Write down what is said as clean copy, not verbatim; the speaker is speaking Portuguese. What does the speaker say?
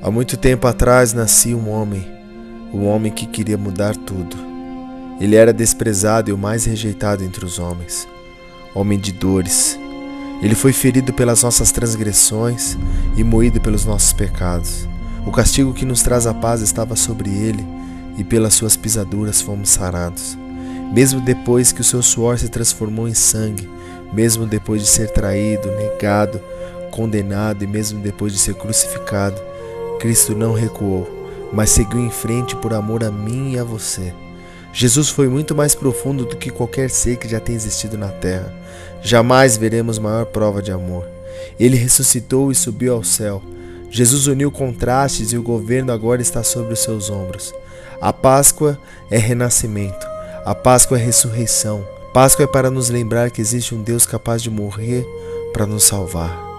Há muito tempo atrás nascia um homem que queria mudar tudo. Ele era desprezado e o mais rejeitado entre os homens, homem de dores. Ele foi ferido pelas nossas transgressões e moído pelos nossos pecados. O castigo que nos traz a paz estava sobre ele, e pelas suas pisaduras fomos sarados. Mesmo depois que o seu suor se transformou em sangue, mesmo depois de ser traído, negado, condenado e mesmo depois de ser crucificado, Cristo não recuou, mas seguiu em frente por amor a mim e a você. Jesus foi muito mais profundo do que qualquer ser que já tenha existido na terra. Jamais veremos maior prova de amor. Ele ressuscitou e subiu ao céu. Jesus uniu contrastes e o governo agora está sobre os seus ombros. A Páscoa é renascimento. A Páscoa é ressurreição. Páscoa é para nos lembrar que existe um Deus capaz de morrer para nos salvar.